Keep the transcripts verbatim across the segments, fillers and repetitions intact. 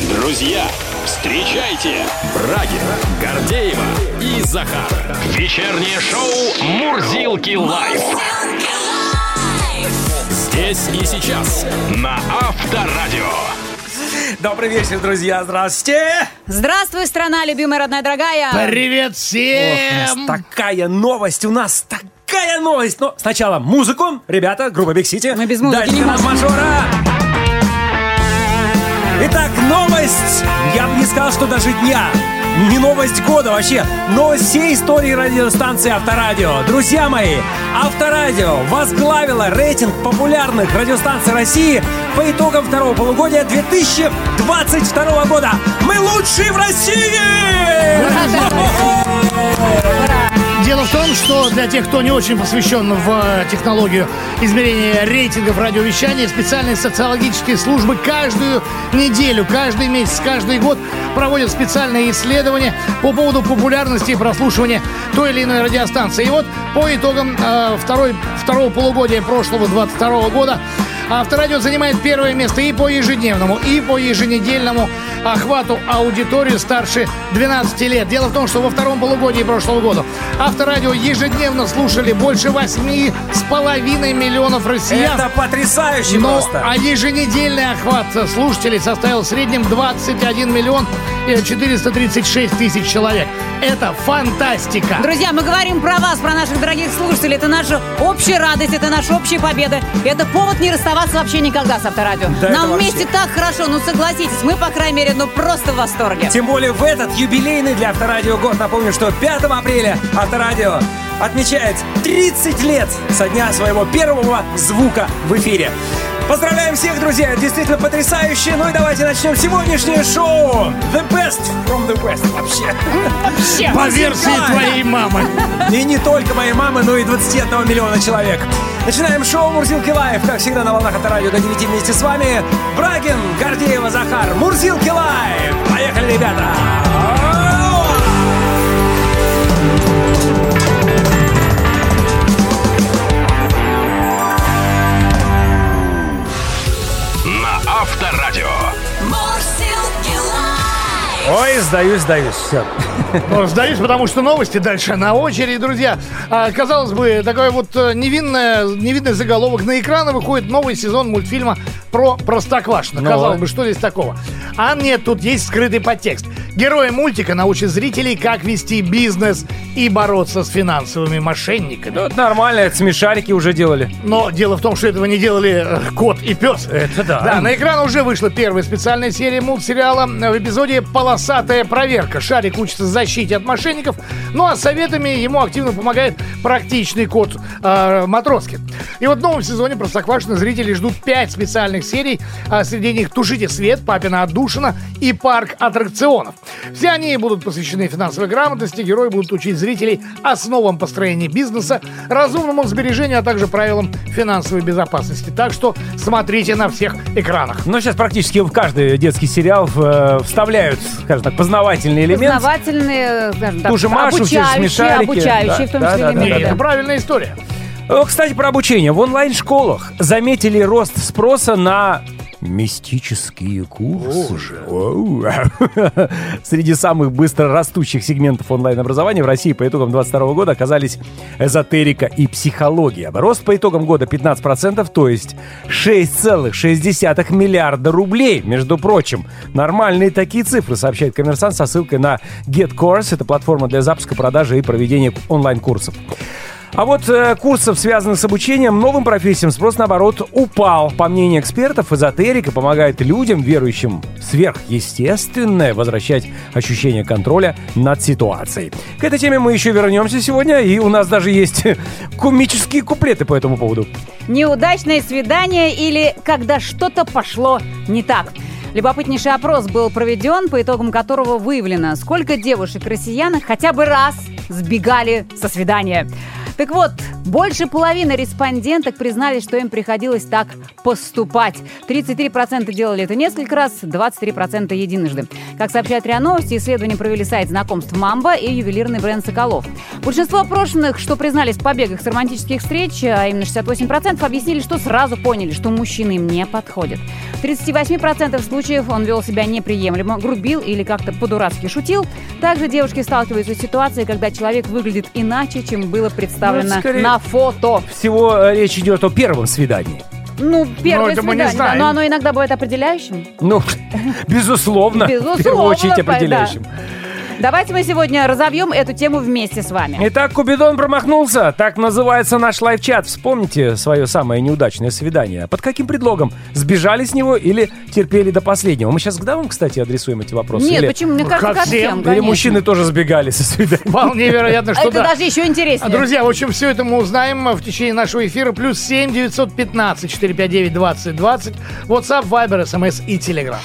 Друзья, встречайте Брагин, Гордеева и Захар. Вечернее шоу «Мурзилки лайф». Здесь и сейчас на Авторадио. Добрый вечер, друзья, здравствуйте! Здравствуй, страна, любимая, родная, дорогая! Привет всем! Ох, у нас такая новость, у нас такая новость! Но сначала музыку, ребята, группа Big City. Мы без музыки Дайте не нам можем. мажора! Итак, новость, я бы не сказал, что даже дня. Не новость года вообще, новость всей истории радиостанции Авторадио. Друзья мои, Авторадио возглавила рейтинг популярных радиостанций России по итогам второго полугодия две тысячи двадцать второго года. Мы лучшие в России! Дело в том, что для тех, кто не очень посвящен в технологию измерения рейтингов радиовещания, специальные социологические службы каждую неделю, каждый месяц, каждый год проводят специальные исследования по поводу популярности и прослушивания той или иной радиостанции. И вот по итогам э, второй, второго полугодия прошлого двадцать второго года Авторадио занимает первое место и по ежедневному, и по еженедельному охвату аудитории старше двенадцати лет. Дело в том, что во втором полугодии прошлого года Авторадио ежедневно слушали больше восьми с половиной миллионов россиян. Это потрясающе Но, просто. А еженедельный охват слушателей составил в среднем двадцать один миллион четыреста тридцать шесть тысяч человек. Это фантастика! Друзья, мы говорим про вас, про наших дорогих слушателей. Это наша общая радость, это наша общая победа. Это повод не расставаться вообще никогда с Авторадио. Да, Нам это вместе вообще. так хорошо, ну согласитесь, мы, по крайней мере, ну просто в восторге. Тем более в этот юбилейный для Авторадио год. Напомню, что пятого апреля Авторадио отмечает тридцать лет со дня своего первого звука в эфире. Поздравляем всех, друзья! Это действительно потрясающе! Ну и давайте начнем сегодняшнее шоу! The best from the West! Вообще! Вообще. По версии твоей мамы. И не только моей мамы, но и двадцати одного миллиона человек. Начинаем шоу «Мурзилки лайф». Как всегда на волнах Авторадио до девяти вместе с вами Брагин, Гордеева, Захар. «Мурзилки лайф». Поехали, ребята! Авторадио. Ой, сдаюсь, сдаюсь. Все. Ну, сдаюсь, потому что новости дальше на очереди, друзья. А, казалось бы, такой вот невинная, невинный заголовок. На экраны выходит новый сезон мультфильма про Простоквашино. Ну, Казалось бы, что здесь такого? А нет, тут есть скрытый подтекст. Герои мультика научат зрителей, как вести бизнес и бороться с финансовыми мошенниками. Ну, это нормально, это смешарики уже делали. Но дело в том, что этого не делали э, кот и пес. Это да. Да, на экран уже вышла первая специальная серия мультсериала. В эпизоде «Полосатая проверка». Шарик учится защите от мошенников, ну а советами ему активно помогает практичный кот э, Матроскин. И вот в новом сезоне Простоквашино зрители ждут пять специальных серий. А среди них «Тушите свет», «Папина отдушина» и «Парк аттракционов». Все они будут посвящены финансовой грамотности. Герои будут учить зрителей основам построения бизнеса, разумному сбережению, а также правилам финансовой безопасности. Так что смотрите на всех экранах. Ну, сейчас практически в каждый детский сериал э, вставляют, скажем так, познавательный элемент. Познавательные, скажем так, Ту же Машу, все обучающие, смешарики. обучающие, Да, в том да, числе да, элементы. да, да. Это правильная история. О, кстати, про обучение. В онлайн-школах заметили рост спроса на мистические курсы. Оу. Среди самых быстро растущих сегментов онлайн-образования в России по итогам двадцать второго года оказались эзотерика и психология. Рост по итогам года пятнадцать процентов, то есть шесть целых шесть десятых миллиарда рублей. Между прочим, нормальные такие цифры, сообщает «Коммерсант» со ссылкой на GetCourse. Это платформа для запуска, продажи и проведения онлайн-курсов. А вот э, курсов, связанных с обучением новым профессиям, спрос, наоборот, упал. По мнению экспертов, эзотерика помогает людям, верующим в сверхъестественное, возвращать ощущение контроля над ситуацией. К этой теме мы еще вернемся сегодня, и у нас даже есть комические куплеты по этому поводу. Неудачное свидание или когда что-то пошло не так. Любопытнейший опрос был проведен, по итогам которого выявлено, сколько девушек-россиянок хотя бы раз сбегали со свидания. Так вот, Больше половины респонденток признались, что им приходилось так поступать. тридцать три процента делали это несколько раз, двадцать три процента единожды. Как сообщает РИА Новости, исследование провели сайт знакомств «Мамба» и ювелирный бренд «Соколов». Большинство опрошенных, что признались в побегах с романтических встреч, а именно шестьдесят восемь процентов, объяснили, что сразу поняли, что мужчины им не подходят. В тридцать восемь процентов случаев он вел себя неприемлемо, грубил или как-то по-дурацки шутил. Также девушки сталкиваются с ситуацией, когда человек выглядит иначе, чем было представлено ну, скорее, на фото. Всего речь идет о первом свидании. Ну, первое ну, свидание, да, но оно иногда бывает определяющим. Ну, безусловно, безусловно в первую очередь определяющим. Да. Давайте мы сегодня разовьем эту тему вместе с вами. Итак, Купидон промахнулся. Так называется наш лайв-чат. Вспомните свое самое неудачное свидание. Под каким предлогом? Сбежали с него или терпели до последнего? Мы сейчас к дамам, кстати, адресуем эти вопросы? Нет, или... почему? Мне кажется, как всем, Или мужчины тоже сбегали со свидания? Вполне вероятно, что да. Это даже еще интереснее. Друзья, в общем, все это мы узнаем в течение нашего эфира. Плюс семь девятьсот пятнадцать четыре пять девять двадцать двадцать. WhatsApp, Viber, эс эм эс и Telegram.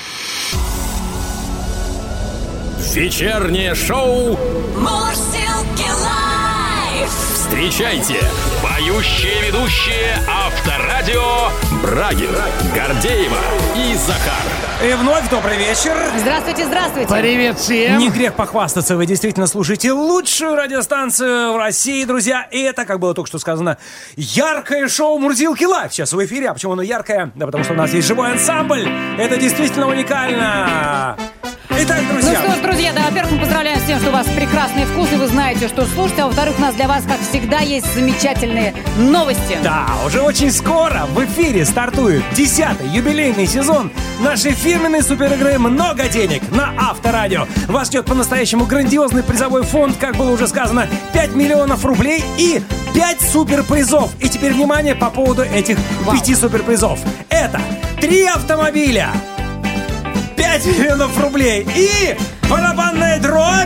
Вечернее шоу Мурзилки лайф. Встречайте, поющие ведущие Авторадио Брагин, Гордеева и Захар. И вновь добрый вечер. Здравствуйте, здравствуйте. Привет всем. Не грех похвастаться, вы действительно слушаете лучшую радиостанцию в России, друзья. И это, как было только что сказано, яркое шоу Мурзилки лайф. Сейчас в эфире. А почему оно яркое? Да потому что у нас есть живой ансамбль. Это действительно уникально. Итак, друзья. Ну что ж, друзья, да, во-первых, мы поздравляем с тем, что у вас прекрасный вкус, и вы знаете, что слушать, а во-вторых, у нас для вас, как всегда, есть замечательные новости. Да, уже очень скоро в эфире стартует десятый юбилейный сезон нашей фирменной суперигры «Много денег» на Авторадио. Вас ждет по-настоящему грандиозный призовой фонд, как было уже сказано, пять миллионов рублей и пять суперпризов. И теперь внимание по поводу этих Вау. пяти суперпризов. Это три автомобиля, пять миллионов рублей и барабанная дробь,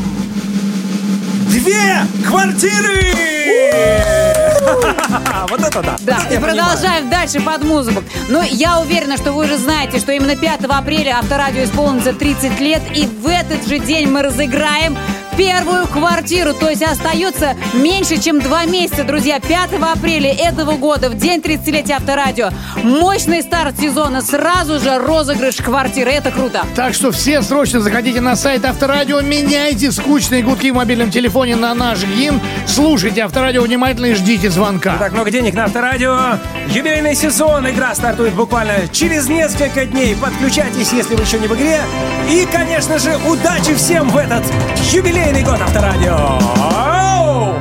две квартиры! Вот это да. Да, и продолжаем дальше под музыку. Но я уверена, что вы уже знаете, что именно пятого апреля Авторадио исполнится тридцать лет, и в этот же день мы разыграем первую квартиру. То есть остается меньше, чем два месяца, друзья. пятого апреля этого года, в день тридцатилетия Авторадио, мощный старт сезона, сразу же розыгрыш квартиры. Это круто. Так что все срочно заходите на сайт Авторадио, меняйте скучные гудки в мобильном телефоне на наш гимн, слушайте Авторадио внимательно и ждите звонка. Так много денег на Авторадио. Юбилейный сезон. Игра стартует буквально через несколько дней. Подключайтесь, если вы еще не в игре. И, конечно же, удачи всем в этот юбилейный год Авторадио. Оу!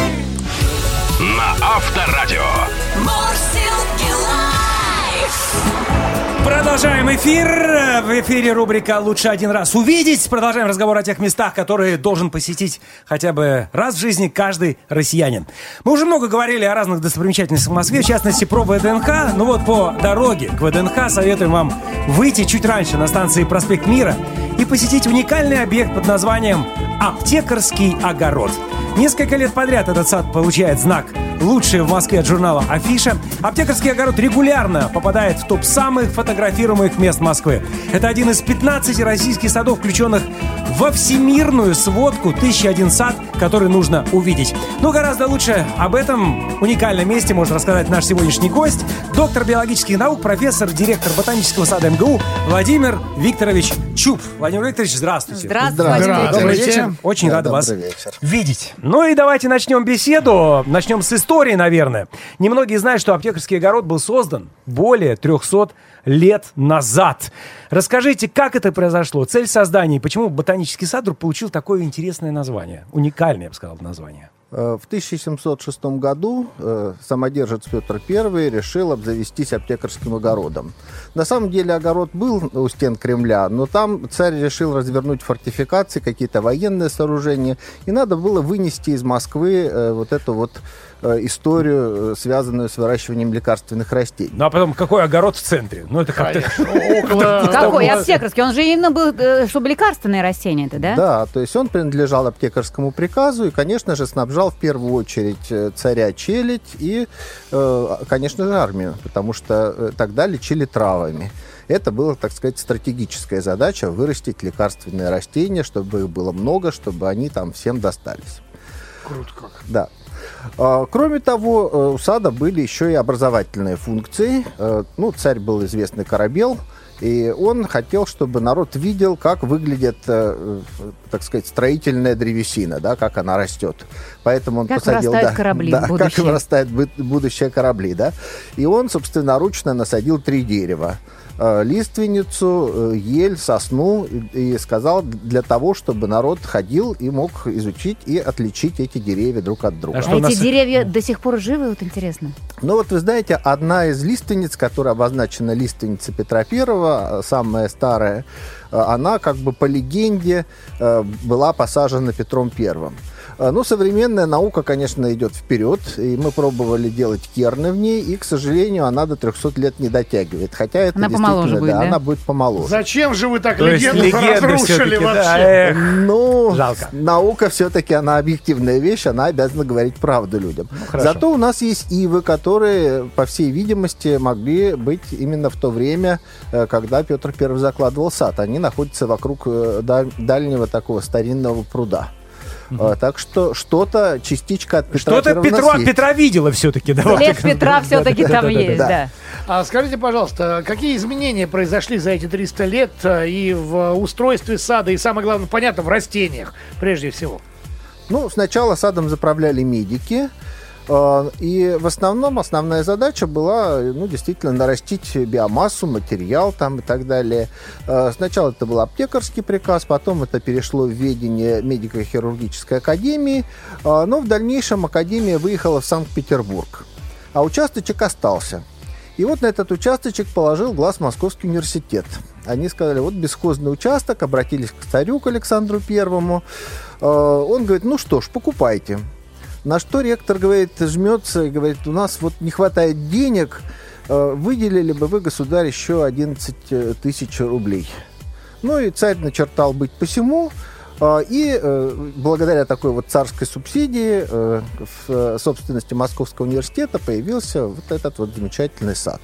На Авторадио. Мурзилки лайф. Продолжаем эфир. В эфире рубрика «Лучше один раз увидеть». Продолжаем разговор о тех местах, которые должен посетить хотя бы раз в жизни каждый россиянин. Мы уже много говорили о разных достопримечательностях в Москве, в частности, про ВДНХ. Ну вот по дороге к ВДНХ советуем вам выйти чуть раньше на станции Проспект Мира и посетить уникальный объект под названием «Аптекарский огород». Несколько лет подряд этот сад получает знак «Лучший в Москве» от журнала «Афиша». Аптекарский огород регулярно попадает в топ самых фотографируемых мест Москвы. Это один из пятнадцати российских садов, включенных во всемирную сводку «Тысяча один сад», который нужно увидеть. Но гораздо лучше об этом уникальном месте может рассказать наш сегодняшний гость, доктор биологических наук, профессор, директор ботанического сада эм гэ у Владимир Викторович Чуб. Владимир Викторович, здравствуйте. Здравствуйте. Здравствуйте. Добрый вечер. Очень Да, рада вас вечер. видеть. Ну и давайте начнем беседу. Начнем с истории, наверное. Немногие знают, что аптекарский огород был создан более трехсот лет назад. Расскажите, как это произошло? Цель создания, почему ботанический сад вдруг получил такое интересное название? Уникальное, я бы сказал, название. В тысяча семьсот шестом году э, самодержец Петр Первый решил обзавестись аптекарским огородом. На самом деле огород был у стен Кремля, но там царь решил развернуть фортификации, какие-то военные сооружения, и надо было вынести из Москвы э, вот эту вот э, историю, связанную с выращиванием лекарственных растений. Ну а потом, какой огород в центре? Ну это как-то... Какой аптекарский? Он же именно был, э, чтобы лекарственные растения это, да? Да, то есть он принадлежал аптекарскому приказу и, конечно же, снабжал в первую очередь царя челядь и, конечно же, армию, потому что тогда лечили травами. Это была, так сказать, стратегическая задача — вырастить лекарственные растения, чтобы их было много, чтобы они там всем достались. Круто как. Да. А, Кроме того, э, у сада были еще и образовательные функции. Э, Ну, царь был известный корабел, и он хотел, чтобы народ видел, как выглядит, э, э, так сказать, строительная древесина, да, как она растет. Поэтому он Как посадил, вырастают да, корабли да, в как будущее. вырастают бы- будущие корабли, да. И он собственноручно насадил три дерева: э, лиственницу, э, ель, сосну, и, и сказал, для того, чтобы народ ходил и мог изучить и отличить эти деревья друг от друга. А А что у эти нас- деревья до сих пор живы, вот интересно. Ну вот вы знаете, одна из лиственниц, которая обозначена лиственницей Петра Первого, самая старая, э, она как бы по легенде э, была посажена Петром Первым. Э, Ну, современная наука, конечно, идет вперед, и мы пробовали делать керны в ней, и, к сожалению, она до трехсот лет не дотягивает. Хотя это Она действительно, помоложе будет, да? она будет помоложе. Зачем же вы так То есть легенду легенда разрушили все-таки, вообще? да, эх. Ну, Жалко. наука все-таки, она объективная вещь, она обязана говорить правду людям. хорошо. Зато у нас есть ивы, которые, по всей видимости, могли быть именно в то время, э, когда Петр Первый закладывал сад. Они находятся вокруг э, даль- дальнего такого старинного пруда. Э, Так что что-то, частичка от Петра Что-то Первого у нас Петро, от есть. Петра видела все-таки. След Петра все-таки там есть, да. да. А скажите, пожалуйста, какие изменения произошли за эти триста лет э, и в устройстве сада, и самое главное, понятно, в растениях, прежде всего? Ну, сначала садом заправляли медики, э, и в основном основная задача была, ну, действительно, нарастить биомассу, материал там и так далее. Э, Сначала это был аптекарский приказ, потом это перешло в ведение медико-хирургической академии, э, но в дальнейшем академия выехала в Санкт-Петербург, а участочек остался. И вот на этот участочек положил глаз Московский университет. Они сказали, вот бесхозный участок, обратились к царю, к Александру Первому. Э, Он говорит, ну что ж, покупайте. На что ректор, говорит, жмется и говорит, у нас вот не хватает денег, э, выделили бы вы, государь, еще одиннадцать тысяч рублей. Ну и царь начертал быть посему, э, и э, благодаря такой вот царской субсидии э, в э, собственности Московского университета появился вот этот вот замечательный сад.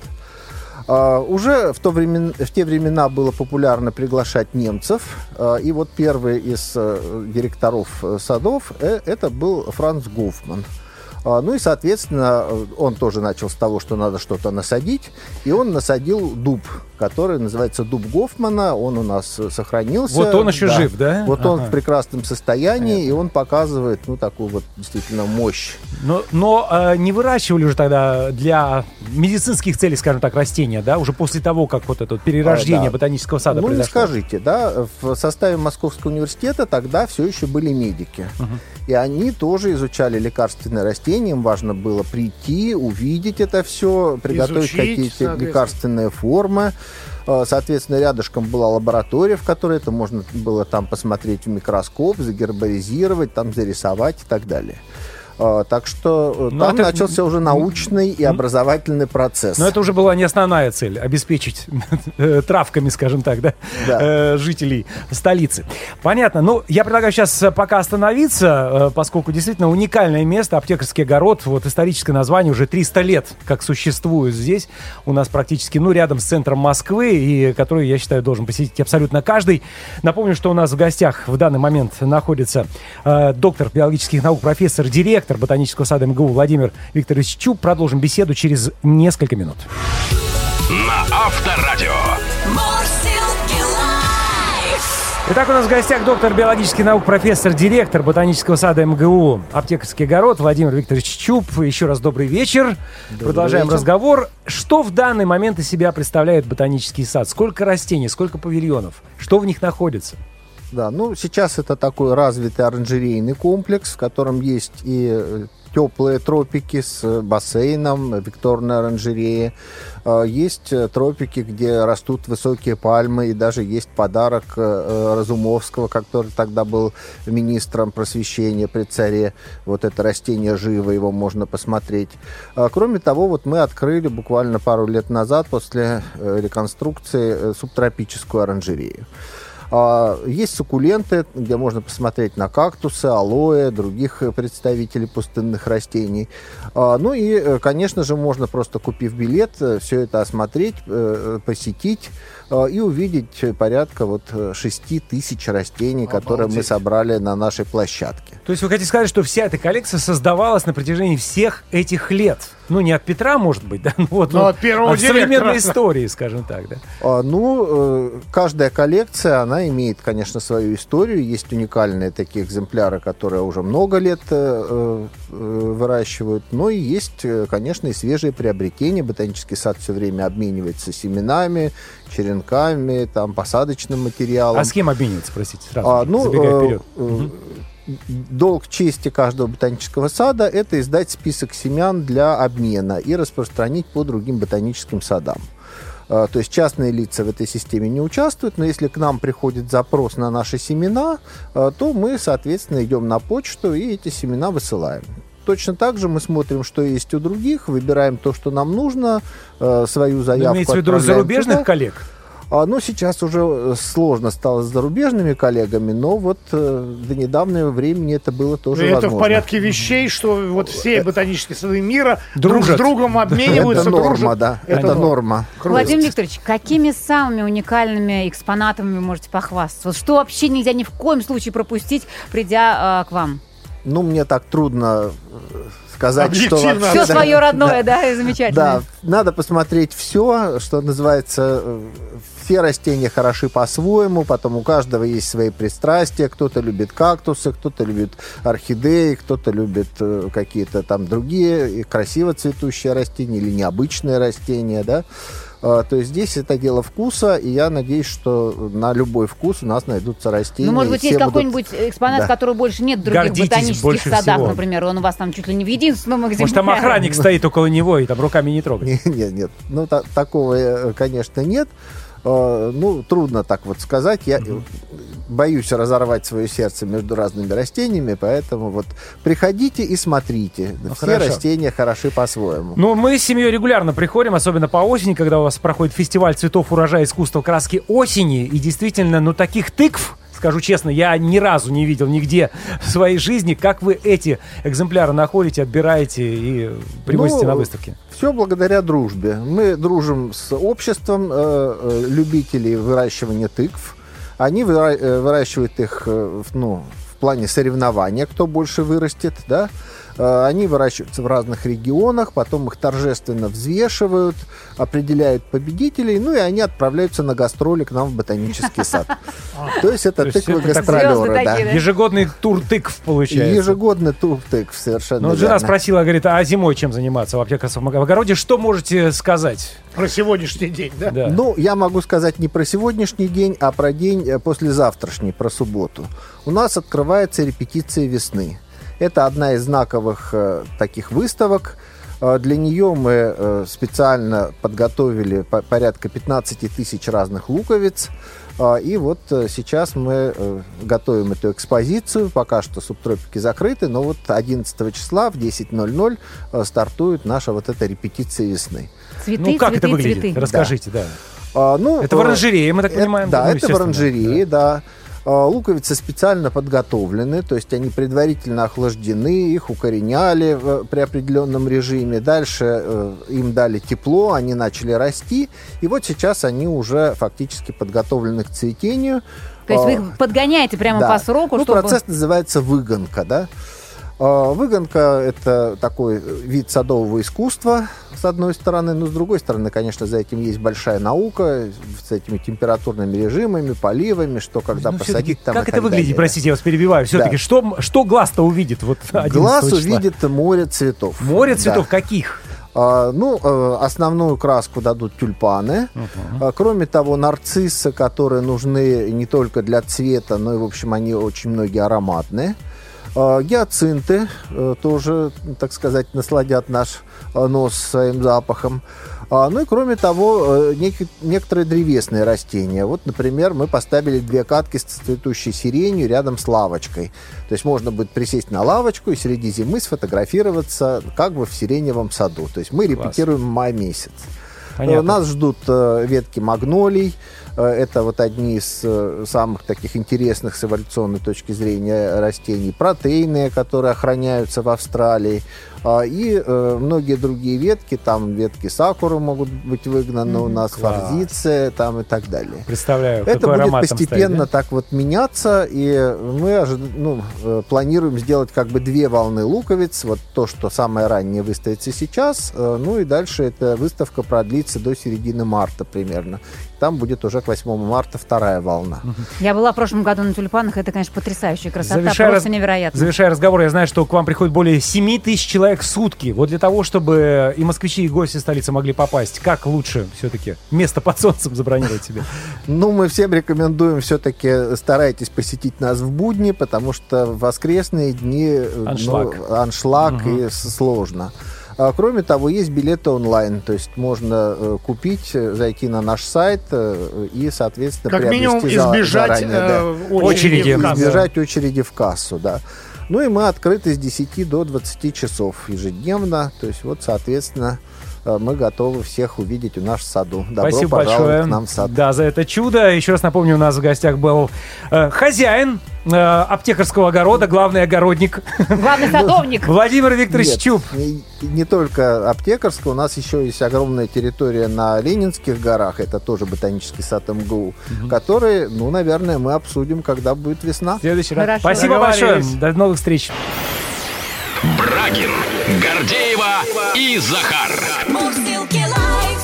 Uh, уже в, то времен, в те времена было популярно приглашать немцев, uh, и вот первый из uh, директоров uh, садов uh, это был Франц Гофман. Uh, ну и, соответственно, он тоже начал с того, что надо что-то насадить, и он насадил дуб, который называется дуб Гофмана, он у нас сохранился. Вот он еще жив, да? Вот он Ага. в прекрасном состоянии, и он показывает, ну, такую вот действительно мощь. Но, но э, не выращивали уже тогда для медицинских целей, скажем так, растения, да? Уже после того, как вот это вот перерождение А, да. ботанического сада Ну, не произошло. скажите, да, в составе Московского университета тогда все еще были медики. И они тоже изучали лекарственные растения, им важно было прийти, увидеть это все, приготовить Изучить, какие-то соответственно. лекарственные формы. Э, Соответственно, рядышком была лаборатория, в которой это можно было там посмотреть в микроскоп, загербаризировать, там зарисовать и так далее. Э, Так что э, Но там это- начался уже научный и образовательный процесс. Но это уже была не основная цель, обеспечить э, травками, скажем так, да, Да. э, жителей столицы. Понятно. Ну, я предлагаю сейчас э, пока остановиться, э, поскольку действительно уникальное место, аптекарский огород, вот историческое название, уже триста лет как существует здесь, у нас практически, ну, рядом с центром Москвы, и который, я считаю, должен посетить абсолютно каждый. Напомню, что у нас в гостях в данный момент находится э, доктор биологических наук, профессор, директор ботанического сада МГУ Владимир Викторович Чуб. Продолжим беседу через несколько минут. На Авторадио. Мурзилки лайф. Итак, у нас в гостях доктор биологических наук, профессор, директор ботанического сада МГУ «Аптекарский огород» Владимир Викторович Чуб. Еще раз добрый вечер. Продолжаем вечер. разговор. Что в данный момент из себя представляет ботанический сад? Сколько растений, сколько павильонов? Что в них находится? Да, ну сейчас это такой развитый оранжерейный комплекс, в котором есть и э, теплые тропики с э, бассейном, э, Викторная оранжерея. Э, Есть э, тропики, где растут высокие пальмы, и даже есть подарок э, э, Разумовского, который тогда был министром просвещения при царе. Вот это растение живо, его можно посмотреть. А, Кроме того, вот мы открыли буквально пару лет назад после э, реконструкции э, субтропическую оранжерею. А, есть суккуленты, где можно посмотреть на кактусы, алоэ, других представителей пустынных растений. А, ну и, конечно же, можно просто, купив билет, все это осмотреть, посетить и увидеть порядка вот шести тысяч растений, Обалдеть. которые мы собрали на нашей площадке. То есть вы хотите сказать, что вся эта коллекция создавалась на протяжении всех этих лет? Ну, не от Петра, может быть, да? Ну, вот, Но ну, от первого от директора. современной истории, скажем так, да? А, ну, э, каждая коллекция, она имеет, конечно, свою историю. Есть уникальные такие экземпляры, которые уже много лет э, э, выращивают. Но и есть, э, конечно, и свежие приобретения. Ботанический сад все время обменивается семенами, черенками, там, посадочным материалом. А с кем обмениваться, простите, сразу, А, ну, забегая э, вперед? э, Мгм. Долг чести каждого ботанического сада – это издать список семян для обмена и распространить по другим ботаническим садам. А, То есть частные лица в этой системе не участвуют, но если к нам приходит запрос на наши семена, а, то мы, соответственно, идем на почту и эти семена высылаем. Точно так же мы смотрим, что есть у других, выбираем то, что нам нужно, а, свою Ну, заявку имеется в виду отправляем зарубежных туда. коллег? А, ну, сейчас уже сложно стало с зарубежными коллегами, но вот э, до недавнего времени это было тоже это возможно. в порядке вещей, что вот все ботанические сады мира друг Дружат. с другом обмениваются, Это норма, дружат. да, Это это, норма. норма. Владимир Викторович, какими самыми уникальными экспонатами вы можете похвастаться? Вот что вообще нельзя ни в коем случае пропустить, придя э, к вам? Ну, мне так трудно э, сказать, что Объективно. вообще... Все да, свое родное, да, да, и замечательное. Да, надо посмотреть все, что называется, э, все растения хороши по-своему, потом у каждого есть свои пристрастия, кто-то любит кактусы, кто-то любит орхидеи, кто-то любит э, какие-то там другие и красиво цветущие растения или необычные растения, да. А, То есть здесь это дело вкуса, и я надеюсь, что на любой вкус у нас найдутся растения. Ну, может и быть, все есть будут- какой-нибудь экспонат, Да. которого больше нет в других Гордитесь ботанических больше садах, всего. например. Он у вас там чуть ли не в единственном экземпляре. Может, там охранник стоит около него и там руками не трогает? Нет, нет, нет. Ну, та- такого, э, конечно, нет. Э, Ну, трудно так вот сказать. Я э, боюсь разорвать свое сердце между разными растениями, поэтому вот приходите и смотрите. Все хорошо. растения хороши по-своему. Ну, мы с семьей регулярно приходим, особенно по осени, когда у вас проходит фестиваль цветов урожая искусства краски осени. И действительно, ну, таких тыкв, скажу честно, я ни разу не видел нигде в своей жизни. Как вы эти экземпляры находите, отбираете и привозите Ну, на выставки? Все благодаря дружбе. Мы дружим с обществом э, э, любителей выращивания тыкв. Они выра- э, выращивают их э, в- ну, в плане соревнования, кто больше вырастет, да. Э, Они выращиваются в разных регионах, потом их торжественно взвешивают, определяют победителей, ну и они отправляются на гастроли к нам в ботанический сад. То есть это То есть тыквы это такой- гастролеры, Звезды да. такие, да? Ежегодный тур тыкв получается. Ежегодный тур тыкв, совершенно Ну, вот жена верно. спросила, говорит, а зимой чем заниматься в аптеках в огороде? Что можете сказать? Про сегодняшний день, да? Да. Ну, я могу сказать не про сегодняшний день, а про день э, послезавтрашний, про субботу. У нас открывается репетиция весны. Это одна из знаковых э, таких выставок. Э, Для нее мы э, специально подготовили по- порядка пятнадцать тысяч разных луковиц. Э, И вот э, сейчас мы э, готовим эту экспозицию. Пока что субтропики закрыты, но вот одиннадцатого числа в десять ноль ноль э, стартует наша вот эта репетиция весны. Цветы, Ну, как цветы, это выглядит? цветы. Расскажите, да. А, ну, Это в э, оранжерее, мы так это- понимаем? Да, Ну, это в естественно, оранжерее, да. А, Луковицы специально подготовлены, то есть они предварительно охлаждены, их укореняли в- при определенном режиме. Дальше э, им дали тепло, они начали расти, и вот сейчас они уже фактически подготовлены к цветению. То есть вы А, их подгоняете прямо да. по сроку, Ну, чтобы... процесс называется выгонка, да. А, Выгонка – это такой вид садового искусства, с одной стороны, но с другой стороны, конечно, за этим есть большая наука, с этими температурными режимами, поливами, что когда Ну, посадить всё-таки там. как и это так выглядит? далее. Простите, я вас перебиваю. Все-таки Да. что, что глаз-то увидит? Вот Глаз одиннадцатого числа? увидит море цветов. Море Да. цветов каких? А, ну, э, основную краску дадут тюльпаны. А, Кроме того, нарциссы, которые нужны не только для цвета, но и, в общем, они очень многие ароматные. А, Гиацинты э, тоже, так сказать, насладят наш э, нос своим запахом. А, Ну и кроме того, э, нек- некоторые древесные растения. Вот, например, мы поставили две катки с цветущей сиренью рядом с лавочкой. То есть можно будет присесть на лавочку и среди зимы сфотографироваться как бы в сиреневом саду. То есть мы Класс. репетируем май месяц. Понятно. Нас ждут э, ветки магнолий. Э, Это вот одни из э, самых таких интересных с эволюционной точки зрения растений. Протеиные, которые охраняются в Австралии. А, И э, многие другие ветки. Там ветки сакуры могут быть выгнаны у нас, класс. форзиция там и так далее. Представляю, Это какой будет аромат там постепенно стоит, да? так вот меняться, и мы ожи- ну, э, планируем сделать как бы две волны луковиц. Вот то, что самое раннее выставится сейчас, э, ну и дальше эта выставка продлится до середины марта примерно. Там будет уже к восьмому марта вторая волна. Я была в прошлом году на тюльпанах, это, конечно, потрясающая красота, Завершая просто раз- невероятно. Завершая разговор, я знаю, что к вам приходит более семь тысяч человек в сутки. Вот для того, чтобы и москвичи, и гости столицы могли попасть, как лучше все-таки место под солнцем забронировать себе? Ну, мы всем рекомендуем все-таки старайтесь посетить нас в будни, потому что в воскресные дни э, Аншлаг. ну, аншлаг и с- сложно. А, Кроме того, есть билеты онлайн, то есть можно э, купить, э, зайти на наш сайт э, и, соответственно, Как минимум приобрести за- избежать заранее, да. э, Очереди. очереди в кассу. избежать очереди в кассу, да. Ну и мы открыты с десяти до двадцати часов ежедневно, то есть вот, соответственно, э, мы готовы всех увидеть у нас в саду. Добро Спасибо пожаловать большое. к нам в сад. Да, за это чудо. Еще раз напомню, у нас в гостях был э, хозяин э, аптекарского огорода, главный огородник Главный садовник. Владимир Викторович Нет, Чуб. не, не только аптекарская, у нас еще есть огромная территория на Ленинских горах, это тоже ботанический сад МГУ, который, ну, наверное, мы обсудим, когда будет весна. В следующий раз. Хорошо. Спасибо большое. Договорились. До новых встреч. Брагин, Гордеева и Захар. Мурзилки лайф.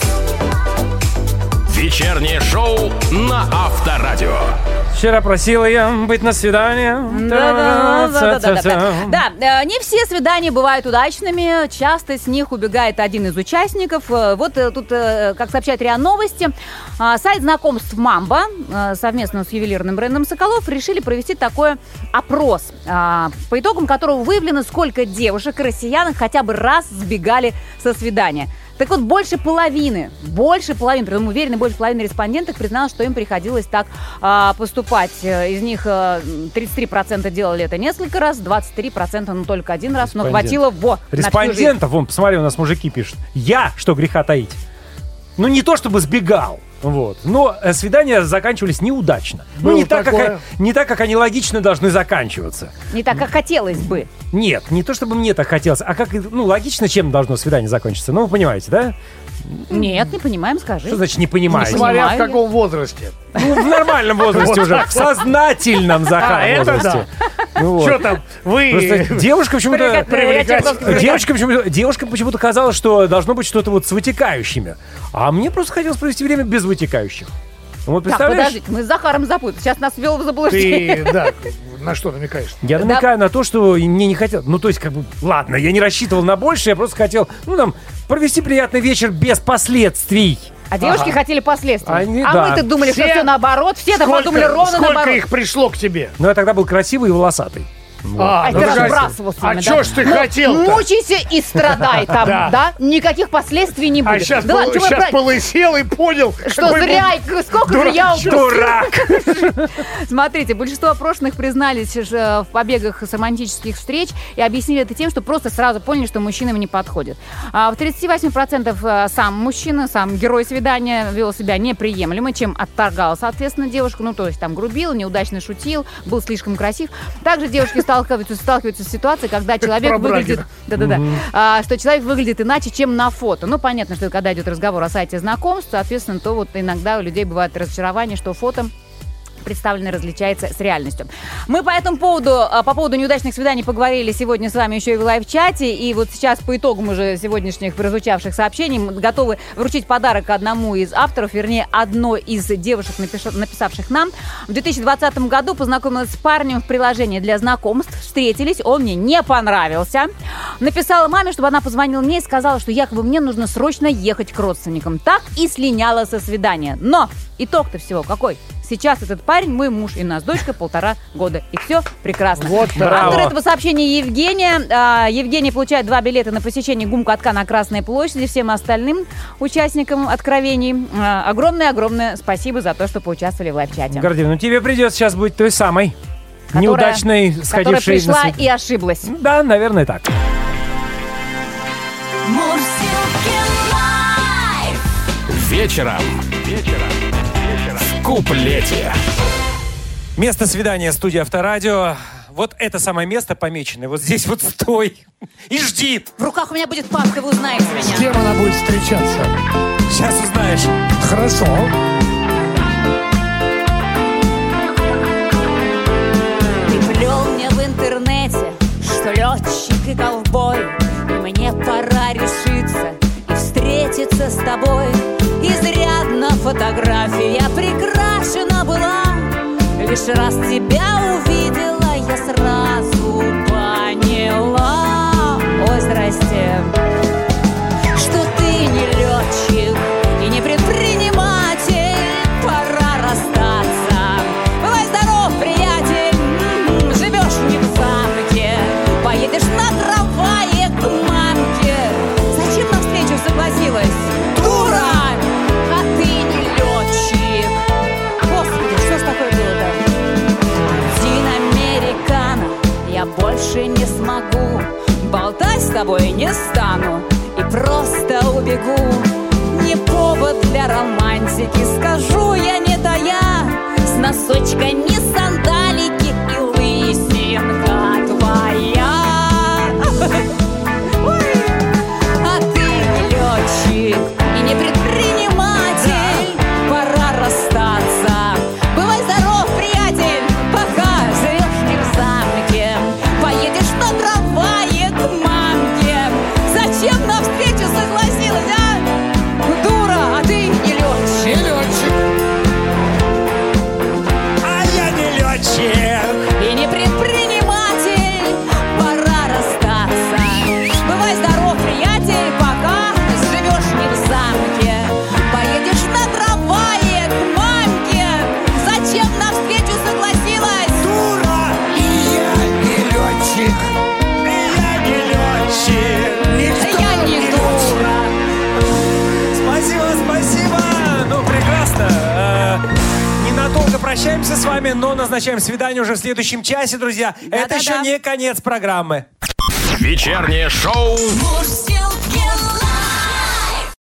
Вечернее шоу на Авторадио. Вчера просила я быть на свидание. Да-да-да-да-да-да. Да, э, не все свидания бывают удачными. Часто с них убегает один из участников. Э, Вот э, тут, э, как сообщает РИА Новости, э, сайт знакомств «Мамба» э, совместно с ювелирным брендом «Соколов» решили провести такой опрос, э, по итогам которого выявлено, сколько девушек и россиян хотя бы раз сбегали со свидания. Так вот, больше половины, больше половины, прям уверенно, больше половины респонденток призналось, что им приходилось так а, поступать. Из них а, тридцать три процента делали это несколько раз, двадцать три процента ну только один раз, но Респондент. хватило во, на всю жизнь. Респондентов, вон, посмотри, у нас мужики пишут. Я, что греха таить. Ну, не то чтобы сбегал, вот, но э, свидания заканчивались неудачно. Ну, Было не так, как, такое. не так, как они логично должны заканчиваться. Не так, как хотелось бы. Нет, не то чтобы мне так хотелось, а как, ну, логично, чем должно свидание закончиться. Ну, вы понимаете, да? Нет, не понимаем, скажи. Что значит не понимаете? Не Смотря в Понимаю. каком возрасте. Ну, в нормальном возрасте уже, в сознательном, Захар, А, это возрасте. Ну вот. Что там? Вы... Просто девушка почему-то... Привлекать, привлекать, Чайковский. Девушка почему-то, девушка почему-то казалось, что должно быть что-то вот с вытекающими. А мне просто хотелось провести время без вытекающих. Вот Так, представляешь? подождите, мы с Захаром запутались. Сейчас нас ввел в заблуждение. Ты, да, на что намекаешь? Я намекаю на то, что мне не хотел... Ну, то есть, как бы, ладно, я не рассчитывал на больше, я просто хотел, ну, там, провести приятный вечер без последствий. А девушки хотели последствий. Они- а да. мы-то думали, что Все- все наоборот. Все-то Сколько- подумали ровно Сколько наоборот. их пришло к тебе? Но я тогда был красивый и волосатый. А, А ну, ты погоди. разбрасывался А ими, что да? ж ты Ну, хотел-то? Мучайся и страдай там, Да. да? Никаких последствий не А будет. сейчас, Да ладно, чего брать? полысел и понял, Что какой зря, был и сколько дурак- же я упустил. дурак. Смотрите, большинство опрошенных признались же в побегах с романтических встреч и объяснили это тем, что просто сразу поняли, что мужчина им не подходит. А в тридцать восемь процентов сам мужчина, сам герой свидания вел себя неприемлемо, чем отторгал, соответственно, девушку. Ну, то есть там грубил, неудачно шутил, был слишком красив. Также девушки сталкиваются, сталкиваются с ситуацией, когда человек про выглядит... Брагина. Да-да-да. А, что человек выглядит иначе, чем на фото. Ну, понятно, что когда идет разговор о сайте знакомств, соответственно, то вот иногда у людей бывает разочарование, что фото представлено различается с реальностью. Мы по этому поводу, а, по поводу неудачных свиданий поговорили сегодня с вами еще и в лайв-чате, и вот сейчас по итогам уже сегодняшних прозвучавших сообщений мы готовы вручить подарок одному из авторов, вернее, одной из девушек, напиш- написавших нам. В две тысячи двадцатом году познакомилась с парнем в приложении для знакомств, встретились, он мне не понравился. Написала маме, чтобы она позвонила мне и сказала, что якобы мне нужно срочно ехать к родственникам. Так и слиняла со свидания. Но итог-то всего какой? Сейчас этот парень мой муж, и у нас дочка полтора года. И все прекрасно. Вот так. Автор Браво. этого сообщения Евгения. А, Евгения получает два билета на посещение ГУМ-катка на Красной площади. Всем остальным участникам откровений а, огромное-огромное спасибо за то, что поучаствовали в лайв-чате. Гордеев, ну тебе придется сейчас быть той самой Которая- неудачной, Которая сходившей на пришла свид- и ошиблась. Да, наверное, так. Мурзилки лайф. вечером. Вечером. В куплете. Место свидания, студия Авторадио. Вот это самое место помеченное. Вот здесь вот стой и жди. В руках у меня будет папка, вы узнаете С меня. кем она будет встречаться? Сейчас узнаешь. Хорошо. Ты плел мне в интернете, что летчик и ковбой, и мне пора решиться и встретиться с тобой. Изрядно фотография прикрашена была. Лишь раз тебя увидела, я сразу поняла. Ой, здрасте, что ты не летчик и не предприниматель. Пора расстаться. Бывай здоров, приятель. М-м, живешь не в замке, поедешь на трамвае к мамке. Зачем на встречу согласилась? Дура! А ты не летчик. Господи, что ж такое было-то? Американо, я больше не смогу. Болтать с тобой не стану и просто убегу. Не повод для романтики, скажу я не тая. С носочками сандалики и лысинка твоя. А ты не летчик и не предприниматель. Пора расстаться. Бывай здоров, приятель. Пока живешь не в замке, поедешь на трамвае к мамке. Зачем на встречу согласилась, а? Дура, а ты не летчик. Не летчик. А я не летчик. И не предприниматель. Пора расстаться. Бывай здоров, приятель. Пока живешь не в замке, поедешь на трамвае к мамке. Зачем на встречу согласилась? Дура! И я не летчик. И я не летчик. Никто Я не не дура. Спасибо, спасибо. Ну, прекрасно. Э, Ненадолго прощаемся с вами, но назначаем свидание уже в следующем часе, друзья. Это Да-да-да. еще не конец программы. Вечернее шоу Мужские